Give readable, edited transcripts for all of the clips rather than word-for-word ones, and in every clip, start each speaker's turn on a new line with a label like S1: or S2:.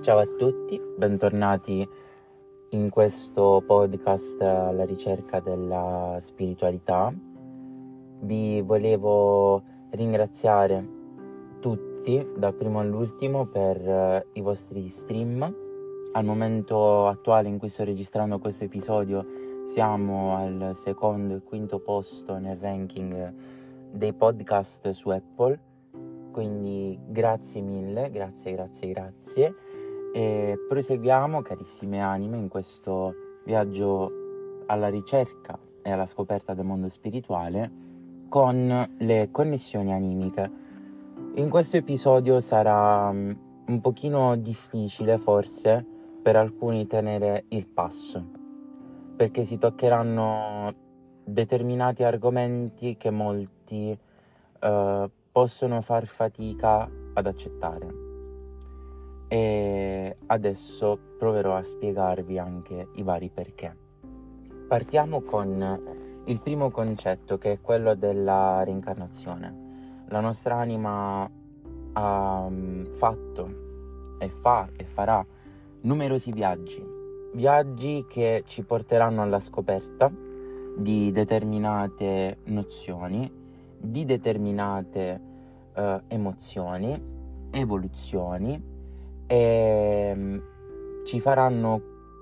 S1: Ciao a tutti, bentornati in questo podcast alla ricerca della spiritualità. Vi volevo ringraziare tutti, dal primo all'ultimo, per i vostri stream. Al momento attuale in cui sto registrando questo episodio siamo al secondo e quinto posto nel ranking dei podcast su Apple, quindi grazie mille, grazie. E proseguiamo, carissime anime, in questo viaggio alla ricerca e alla scoperta del mondo spirituale con le connessioni animiche. In questo episodio sarà un pochino difficile forse per alcuni tenere il passo, perché si toccheranno determinati argomenti che molti possono far fatica ad accettare. E adesso proverò a spiegarvi anche i vari perché. Partiamo con il primo concetto, che è quello della reincarnazione. La nostra anima ha fatto e fa e farà numerosi viaggi che ci porteranno alla scoperta di determinate nozioni, di determinate emozioni, evoluzioni, e ci faranno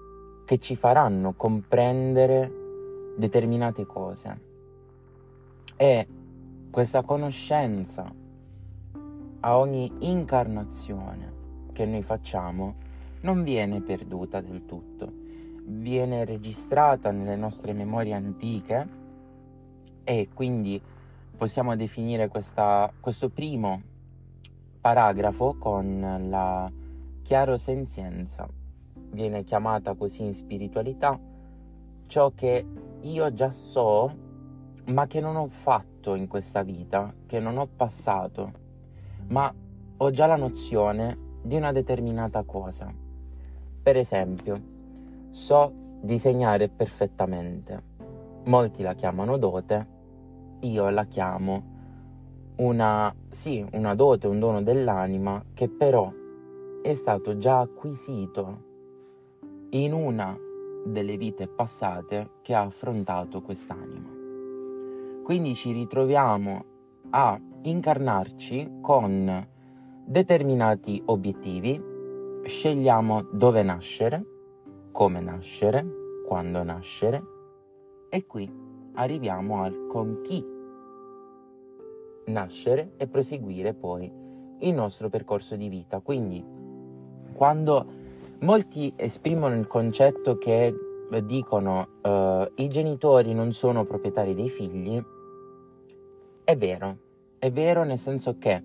S1: comprendere determinate cose. E questa conoscenza a ogni incarnazione che noi facciamo non viene perduta del tutto, viene registrata nelle nostre memorie antiche, e quindi possiamo definire questo primo paragrafo con la chiarosenzienza. Viene chiamata così in spiritualità ciò che io già so ma che non ho fatto in questa vita, che non ho passato, ma ho già la nozione di una determinata cosa. Per esempio, so disegnare perfettamente. Molti la chiamano dote, io la chiamo una dote, un dono dell'anima che però è stato già acquisito in una delle vite passate che ha affrontato quest'anima. Quindi ci ritroviamo a incarnarci con determinati obiettivi, scegliamo dove nascere, come nascere, quando nascere, e qui arriviamo al con chi nascere e proseguire poi il nostro percorso di vita. Quindi quando molti esprimono il concetto che dicono i genitori non sono proprietari dei figli, è vero nel senso che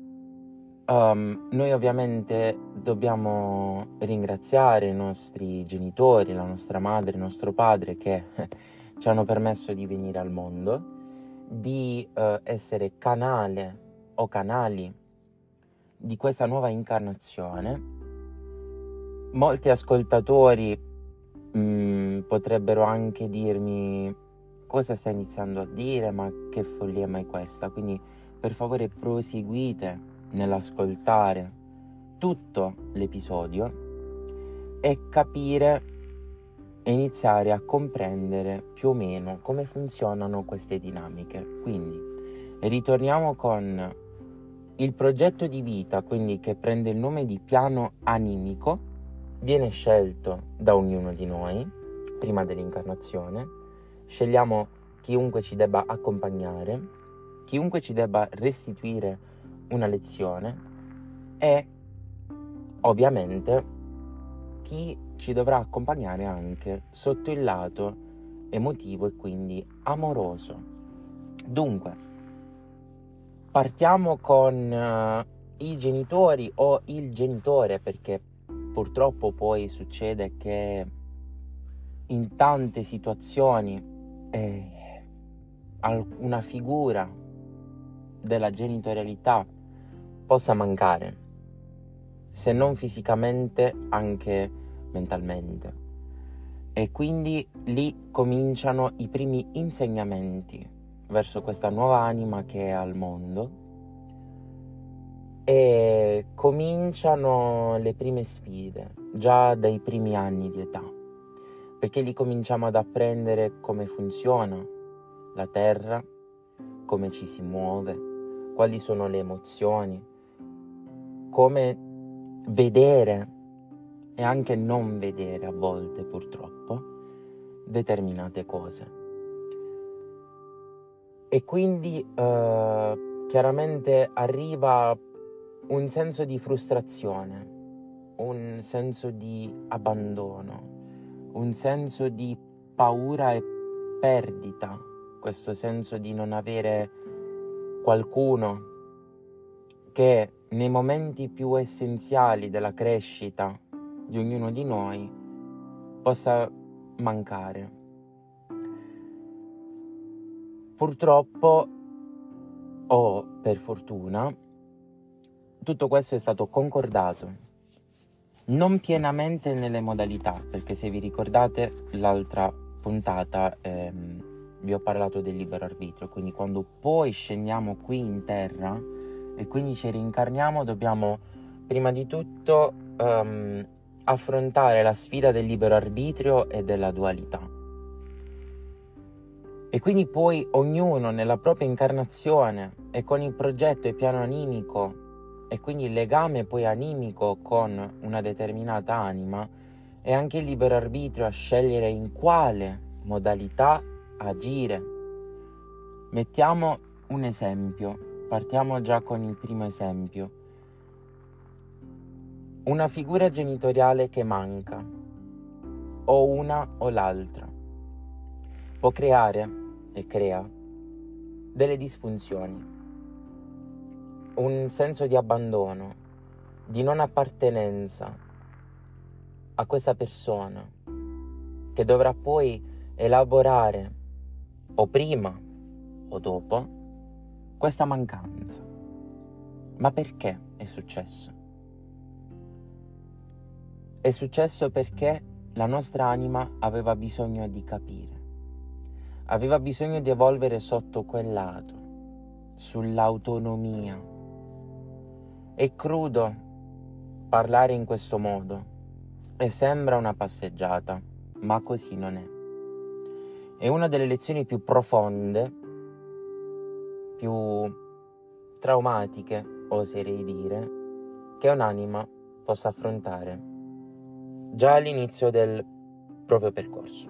S1: noi ovviamente dobbiamo ringraziare i nostri genitori, la nostra madre, il nostro padre, che ci hanno permesso di venire al mondo, di essere canale o canali di questa nuova incarnazione. Molti ascoltatori potrebbero anche dirmi: cosa stai iniziando a dire, ma che follia è mai questa? Quindi per favore proseguite nell'ascoltare tutto l'episodio e capire e iniziare a comprendere più o meno come funzionano queste dinamiche. Quindi ritorniamo con il progetto di vita, quindi che prende il nome di piano animico, viene scelto da ognuno di noi prima dell'incarnazione. Scegliamo chiunque ci debba accompagnare, chiunque ci debba restituire una lezione, e ovviamente chi ci dovrà accompagnare anche sotto il lato emotivo e quindi amoroso. Dunque, partiamo con i genitori o il genitore, perché purtroppo poi succede che in tante situazioni una figura della genitorialità possa mancare, se non fisicamente anche mentalmente, e quindi lì cominciano i primi insegnamenti verso questa nuova anima che è al mondo, e che cominciano le prime sfide, già dai primi anni di età, perché lì cominciamo ad apprendere come funziona la Terra, come ci si muove, quali sono le emozioni, come vedere e anche non vedere a volte, purtroppo, determinate cose. E quindi chiaramente arriva un senso di frustrazione, un senso di abbandono, un senso di paura e perdita, questo senso di non avere qualcuno che nei momenti più essenziali della crescita di ognuno di noi possa mancare. Purtroppo, o per fortuna, tutto questo è stato concordato, non pienamente nelle modalità, perché se vi ricordate l'altra puntata vi ho parlato del libero arbitrio, quindi quando poi scendiamo qui in terra e quindi ci reincarniamo dobbiamo prima di tutto affrontare la sfida del libero arbitrio e della dualità. E quindi poi ognuno nella propria incarnazione e con il progetto e piano animico e quindi il legame poi animico con una determinata anima e anche il libero arbitrio a scegliere in quale modalità agire. Mettiamo un esempio, partiamo già con il primo esempio. Una figura genitoriale che manca, o una o l'altra, può creare e crea delle disfunzioni, un senso di abbandono, di non appartenenza a questa persona che dovrà poi elaborare o prima o dopo questa mancanza. Ma perché è successo? È successo perché la nostra anima aveva bisogno di capire, aveva bisogno di evolvere sotto quel lato, sull'autonomia. È crudo parlare in questo modo e sembra una passeggiata, ma così non è. È una delle lezioni più profonde, più traumatiche, oserei dire, che un'anima possa affrontare già all'inizio del proprio percorso.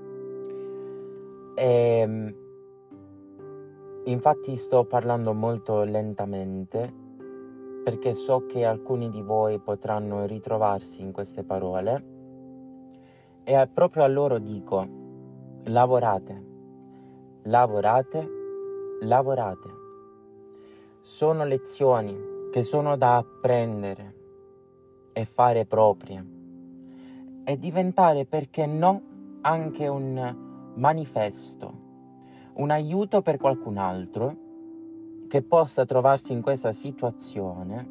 S1: Infatti sto parlando molto lentamente perché so che alcuni di voi potranno ritrovarsi in queste parole e proprio a loro dico: lavorate, lavorate, lavorate. Sono lezioni che sono da apprendere e fare proprie e diventare, perché no, anche un manifesto, un aiuto per qualcun altro che possa trovarsi in questa situazione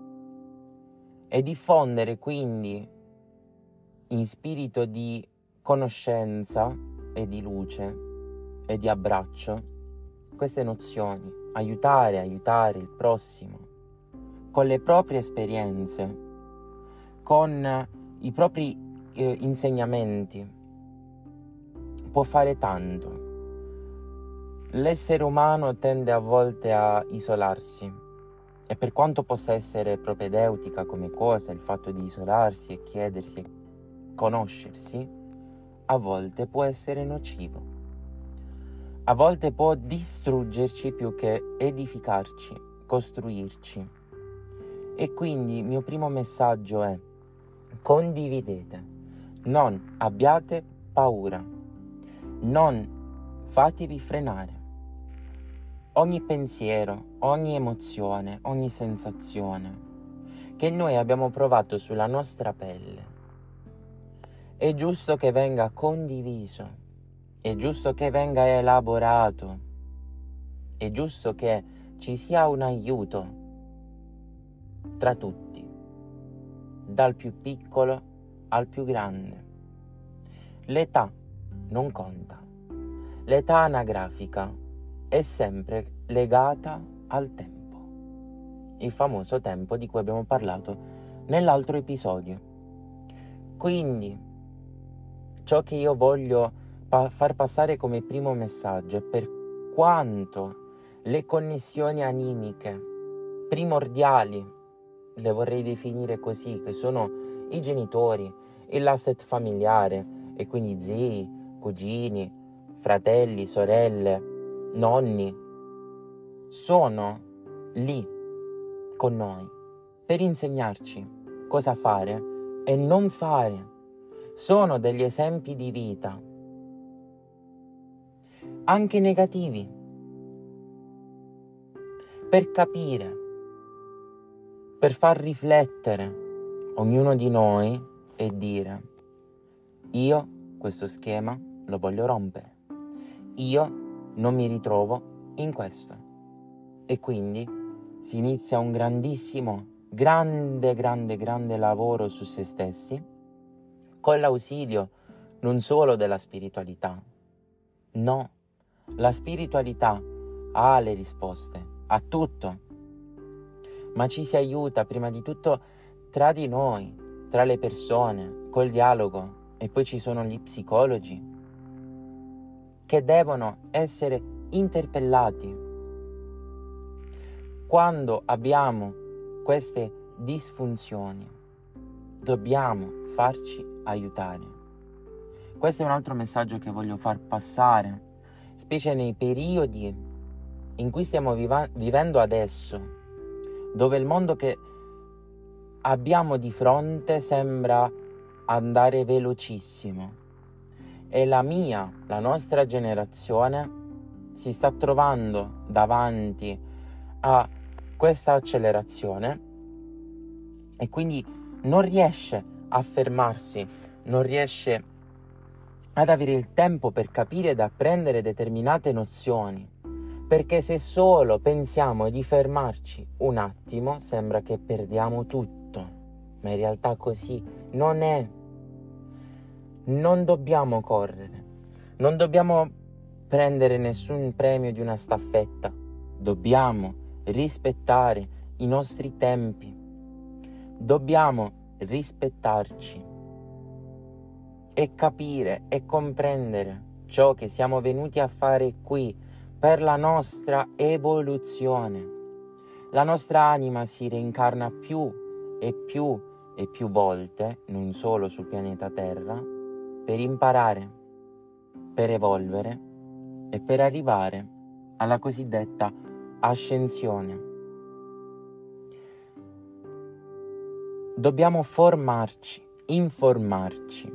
S1: e diffondere quindi in spirito di conoscenza e di luce e di abbraccio queste nozioni, aiutare il prossimo con le proprie esperienze, con i propri insegnamenti. Può fare tanto. L'essere umano tende a volte a isolarsi e per quanto possa essere propedeutica come cosa il fatto di isolarsi e chiedersi e conoscersi, a volte può essere nocivo. A volte può distruggerci più che edificarci, costruirci. E quindi il mio primo messaggio è: condividete, non abbiate paura, non fatevi frenare. Ogni pensiero, ogni emozione, ogni sensazione che noi abbiamo provato sulla nostra pelle è giusto che venga condiviso, è giusto che venga elaborato, è giusto che ci sia un aiuto tra tutti, dal più piccolo al più grande. L'età non conta, l'età anagrafica è sempre legata al tempo il famoso tempo di cui abbiamo parlato nell'altro episodio. Quindi, ciò che io voglio far passare come primo messaggio è per quanto le connessioni animiche primordiali, le vorrei definire così, che sono i genitori, l'asset familiare, e quindi zii, cugini, fratelli, sorelle, nonni, sono lì con noi per insegnarci cosa fare e non fare. Sono degli esempi di vita, anche negativi, per capire, per far riflettere ognuno di noi e dire: io questo schema lo voglio rompere, io non mi ritrovo in questo. E quindi si inizia un grandissimo, grande lavoro su se stessi, con l'ausilio non solo della spiritualità. No, la spiritualità ha le risposte a tutto, ma ci si aiuta prima di tutto tra di noi, tra le persone, col dialogo, e poi ci sono gli psicologi che devono essere interpellati. Quando abbiamo queste disfunzioni, dobbiamo farci aiutare. Questo è un altro messaggio che voglio far passare, specie nei periodi in cui stiamo vivendo adesso, dove il mondo che abbiamo di fronte sembra andare velocissimo e la nostra generazione si sta trovando davanti a questa accelerazione e quindi non riesce a fermarsi, non riesce ad avere il tempo per capire ed apprendere determinate nozioni, perché se solo pensiamo di fermarci un attimo sembra che perdiamo tutto, ma in realtà così non è. Non dobbiamo correre, non dobbiamo prendere nessun premio di una staffetta, dobbiamo rispettare i nostri tempi, dobbiamo rispettarci e capire e comprendere ciò che siamo venuti a fare qui per la nostra evoluzione. La nostra anima si reincarna più e più volte, non solo sul pianeta Terra, per imparare, per evolvere e per arrivare alla cosiddetta ascensione. Dobbiamo formarci, informarci,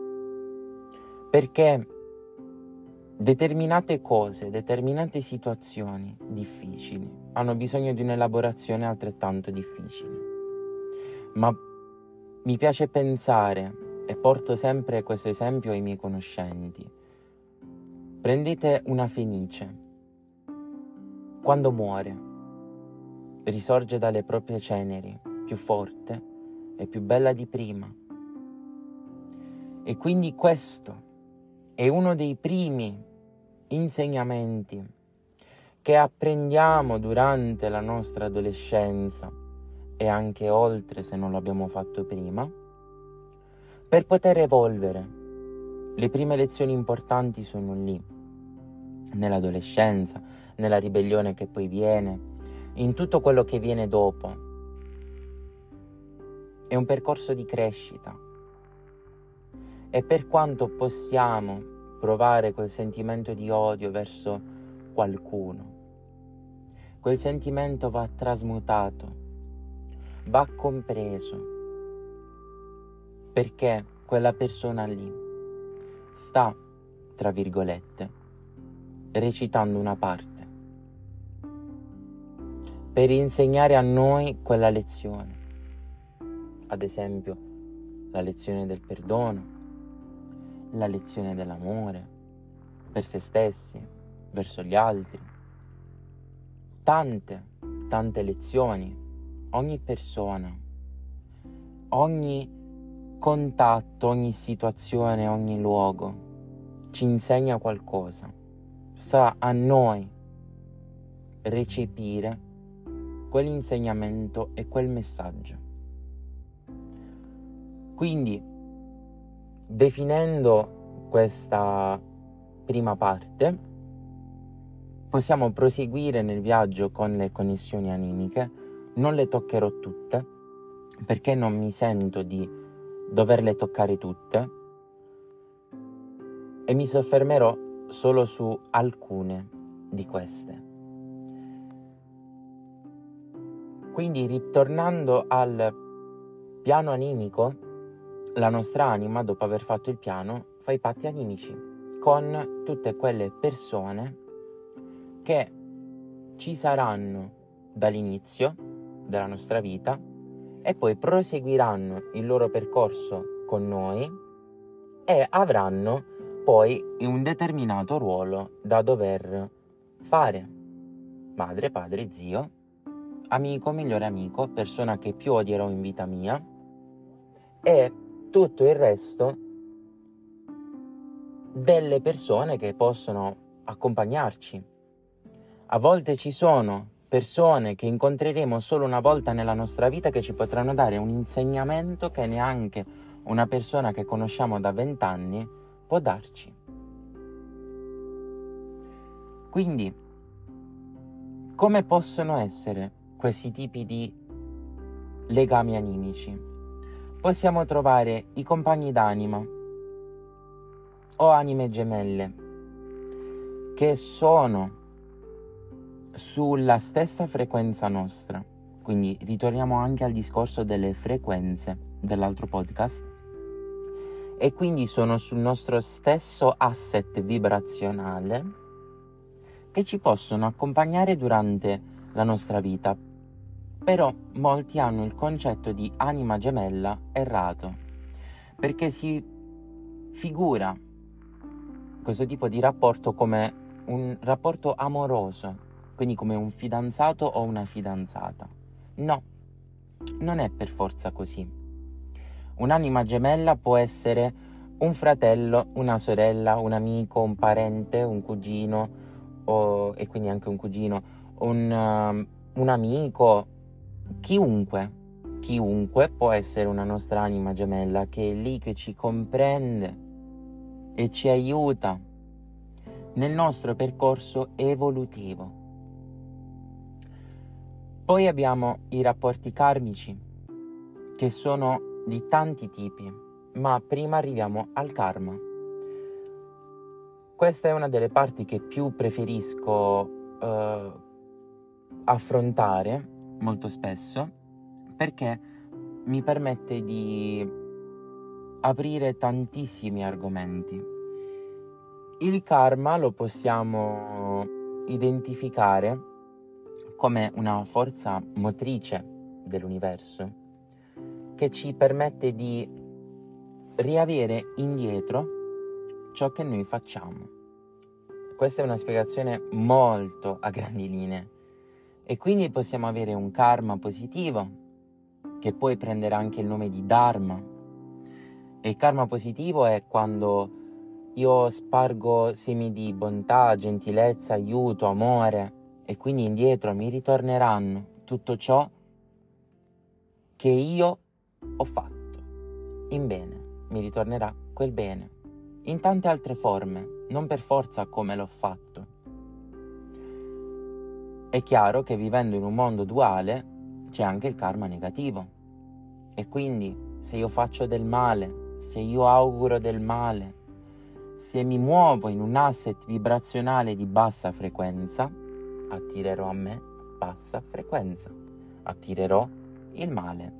S1: perché determinate cose, determinate situazioni difficili hanno bisogno di un'elaborazione altrettanto difficile. Ma mi piace pensare, e porto sempre questo esempio ai miei conoscenti: prendete una fenice, quando muore risorge dalle proprie ceneri più forte e più bella di prima. E quindi questo è uno dei primi insegnamenti che apprendiamo durante la nostra adolescenza e anche oltre, se non l'abbiamo fatto prima, per poter evolvere. Le prime lezioni importanti sono lì, nell'adolescenza, nella ribellione che poi viene, in tutto quello che viene dopo. È un percorso di crescita. E per quanto possiamo provare quel sentimento di odio verso qualcuno, quel sentimento va trasmutato, va compreso, perché quella persona lì sta, tra virgolette, recitando una parte per insegnare a noi quella lezione. Ad esempio, la lezione del perdono, la lezione dell'amore per se stessi, verso gli altri. Tante lezioni. Ogni persona, ogni contatto, ogni situazione, ogni luogo ci insegna qualcosa. Sta a noi recepire quell'insegnamento e quel messaggio. Quindi, definendo questa prima parte, possiamo proseguire nel viaggio con le connessioni animiche. Non le toccherò tutte, perché non mi sento di doverle toccare tutte, e mi soffermerò solo su alcune di queste. Quindi, ritornando al piano animico, la nostra anima, dopo aver fatto il piano, fa i patti animici con tutte quelle persone che ci saranno dall'inizio della nostra vita e poi proseguiranno il loro percorso con noi e avranno poi un determinato ruolo da dover fare. Madre, padre, zio, amico, migliore amico, persona che più odierò in vita mia e tutto il resto delle persone che possono accompagnarci. A volte ci sono persone che incontreremo solo una volta nella nostra vita che ci potranno dare un insegnamento che neanche una persona che conosciamo da 20 anni può darci. Quindi, come possono essere questi tipi di legami animici? Possiamo trovare i compagni d'anima o anime gemelle che sono sulla stessa frequenza nostra. Quindi ritorniamo anche al discorso delle frequenze dell'altro podcast, e quindi sono sul nostro stesso asset vibrazionale che ci possono accompagnare durante la nostra vita. Però molti hanno il concetto di anima gemella errato, perché si figura questo tipo di rapporto come un rapporto amoroso, quindi come un fidanzato o una fidanzata. No, non è per forza così. Un'anima gemella può essere un fratello, una sorella, un amico, un parente, un cugino, e quindi anche un cugino, un amico. Chiunque può essere una nostra anima gemella, che è lì, che ci comprende e ci aiuta nel nostro percorso evolutivo. Poi abbiamo i rapporti karmici, che sono di tanti tipi, ma prima arriviamo al karma. Questa è una delle parti che più preferisco affrontare molto spesso, perché mi permette di aprire tantissimi argomenti. Il karma lo possiamo identificare come una forza motrice dell'universo che ci permette di riavere indietro ciò che noi facciamo. Questa è una spiegazione molto a grandi linee. E quindi possiamo avere un karma positivo, che poi prenderà anche il nome di dharma. E il karma positivo è quando io spargo semi di bontà, gentilezza, aiuto, amore, e quindi indietro mi ritorneranno tutto ciò che io ho fatto. In bene, mi ritornerà quel bene. In tante altre forme, non per forza come l'ho fatto. È chiaro che vivendo in un mondo duale c'è anche il karma negativo, e quindi se io faccio del male, se io auguro del male, se mi muovo in un asset vibrazionale di bassa frequenza, attirerò a me bassa frequenza, attirerò il male.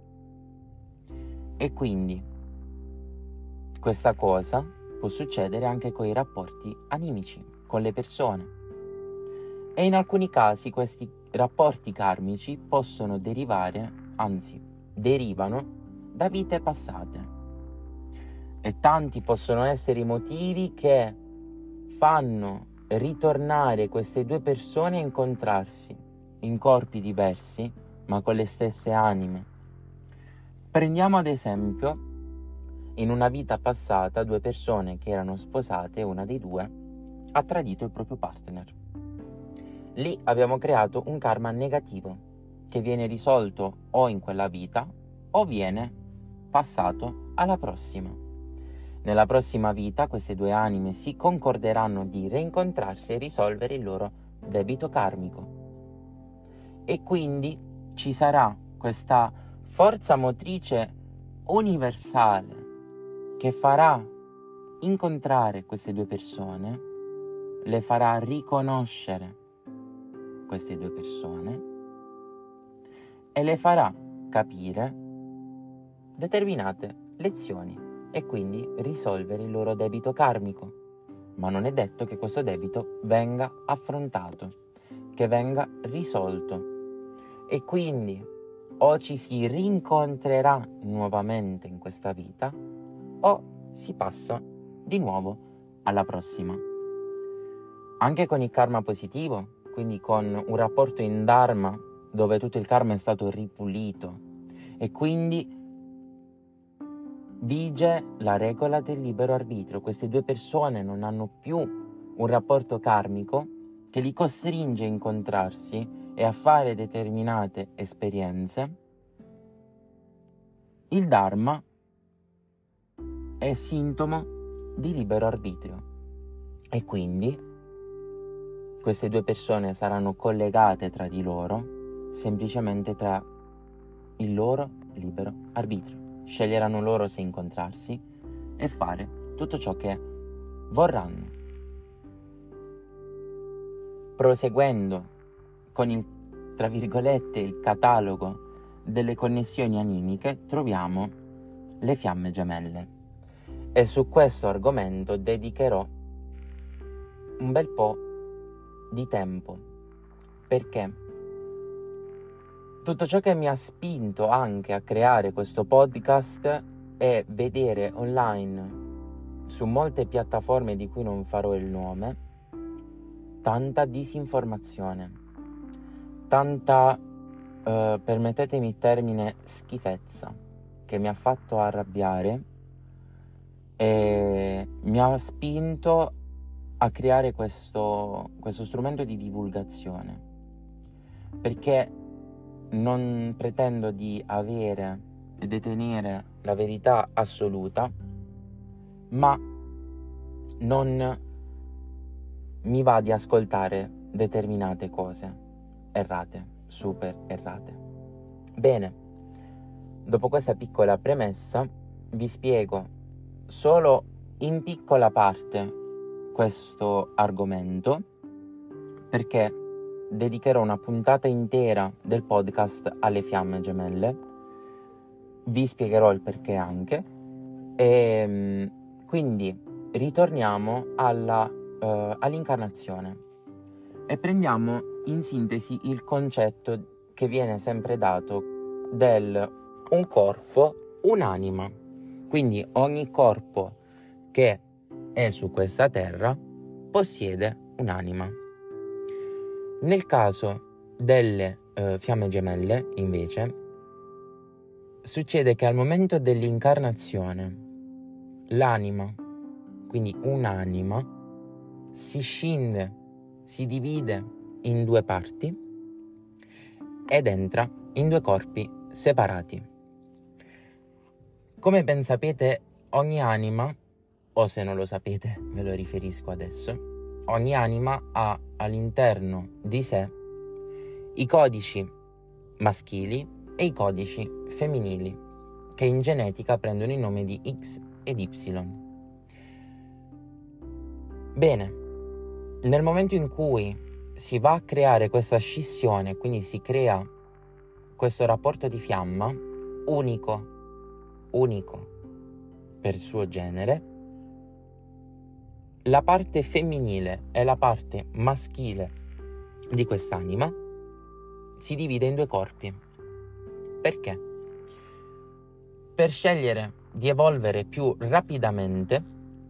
S1: E quindi questa cosa può succedere anche con i rapporti animici, con le persone. E in alcuni casi questi rapporti karmici possono derivare, anzi derivano, da vite passate. E tanti possono essere i motivi che fanno ritornare queste due persone a incontrarsi in corpi diversi, ma con le stesse anime. Prendiamo ad esempio, in una vita passata, due persone che erano sposate, una dei due ha tradito il proprio partner. Lì abbiamo creato un karma negativo, che viene risolto o in quella vita o viene passato alla prossima. Nella prossima vita queste due anime si concorderanno di reincontrarsi e risolvere il loro debito karmico. E quindi ci sarà questa forza motrice universale che farà incontrare queste due persone, le farà riconoscere queste due persone e le farà capire determinate lezioni e quindi risolvere il loro debito karmico. Ma non è detto che questo debito venga affrontato, che venga risolto. E quindi o ci si rincontrerà nuovamente in questa vita o si passa di nuovo alla prossima. Anche con il karma positivo, quindi con un rapporto in dharma dove tutto il karma è stato ripulito e quindi vige la regola del libero arbitrio. Queste due persone non hanno più un rapporto karmico che li costringe a incontrarsi e a fare determinate esperienze. Il dharma è sintomo di libero arbitrio e quindi queste due persone saranno collegate tra di loro semplicemente tra il loro libero arbitrio. Sceglieranno loro se incontrarsi e fare tutto ciò che vorranno. Proseguendo con il, tra virgolette, il catalogo delle connessioni animiche, troviamo le fiamme gemelle. E su questo argomento dedicherò un bel po' di tempo, perché tutto ciò che mi ha spinto anche a creare questo podcast è vedere online, su molte piattaforme di cui non farò il nome, tanta disinformazione, tanta, permettetemi il termine, schifezza, che mi ha fatto arrabbiare e mi ha spinto a creare questo strumento di divulgazione, perché non pretendo di avere e detenere la verità assoluta, ma non mi va di ascoltare determinate cose errate, super errate. Bene, dopo questa piccola premessa vi spiego solo in piccola parte questo argomento, perché dedicherò una puntata intera del podcast alle fiamme gemelle, vi spiegherò il perché anche, e quindi ritorniamo all'incarnazione e prendiamo in sintesi il concetto che viene sempre dato del un corpo, un'anima. Quindi ogni corpo che è su questa terra possiede un'anima. Nel caso delle fiamme gemelle, invece, succede che al momento dell'incarnazione l'anima, quindi un'anima, si scinde, si divide in due parti ed entra in due corpi separati. Come ben sapete, ogni anima, o se non lo sapete ve lo riferisco adesso, ogni anima ha all'interno di sé i codici maschili e i codici femminili, che in genetica prendono il nome di X ed Y. Bene, nel momento in cui si va a creare questa scissione, quindi si crea questo rapporto di fiamma unico per suo genere, la parte femminile e la parte maschile di quest'anima si divide in due corpi. Perché? Per scegliere di evolvere più rapidamente,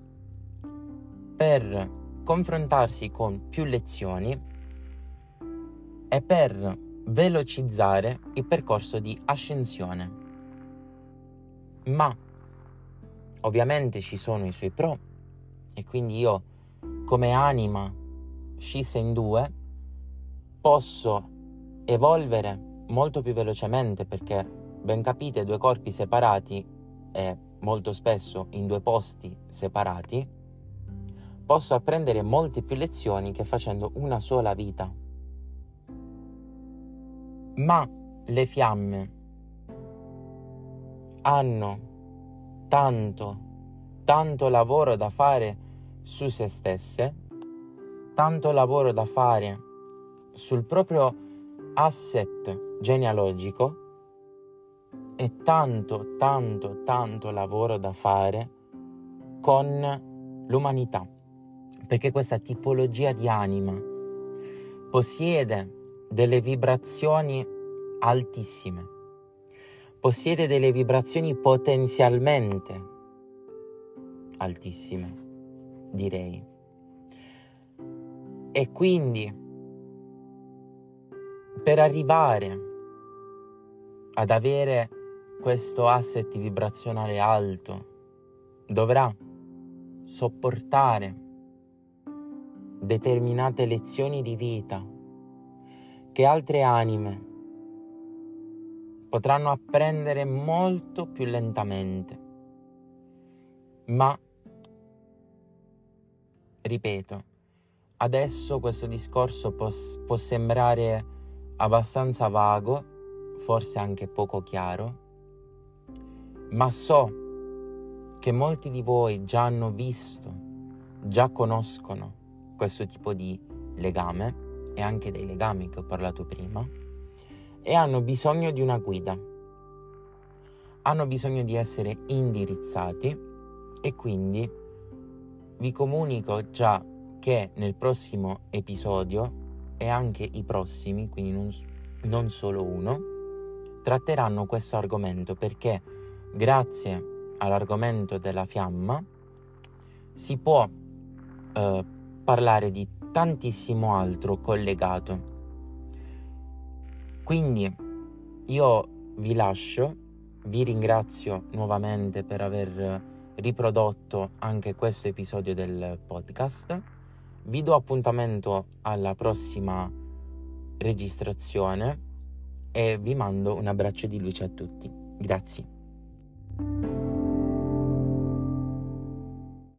S1: per confrontarsi con più lezioni e per velocizzare il percorso di ascensione. Ma ovviamente ci sono i suoi pro, e quindi io, come anima scissa in due, posso evolvere molto più velocemente, perché ben capite, 2 corpi separati e molto spesso in 2 posti separati, posso apprendere molte più lezioni che facendo una sola vita. Ma le fiamme hanno tanto lavoro da fare su se stesse, tanto lavoro da fare sul proprio asset genealogico e tanto lavoro da fare con l'umanità, perché questa tipologia di anima possiede delle vibrazioni altissime, possiede delle vibrazioni potenzialmente altissime, direi. E quindi per arrivare ad avere questo asset vibrazionale alto dovrà sopportare determinate lezioni di vita che altre anime potranno apprendere molto più lentamente. Ma, ripeto, adesso questo discorso può sembrare abbastanza vago, forse anche poco chiaro, ma so che molti di voi già hanno visto, già conoscono questo tipo di legame e anche dei legami che ho parlato prima, e hanno bisogno di una guida, hanno bisogno di essere indirizzati, e quindi vi comunico già che nel prossimo episodio e anche i prossimi, quindi non solo uno, tratteranno questo argomento, perché grazie all'argomento della fiamma si può parlare di tantissimo altro collegato. Quindi io vi lascio, vi ringrazio nuovamente per aver riprodotto anche questo episodio del podcast. Vi do appuntamento alla prossima registrazione e vi mando un abbraccio di luce a tutti. Grazie.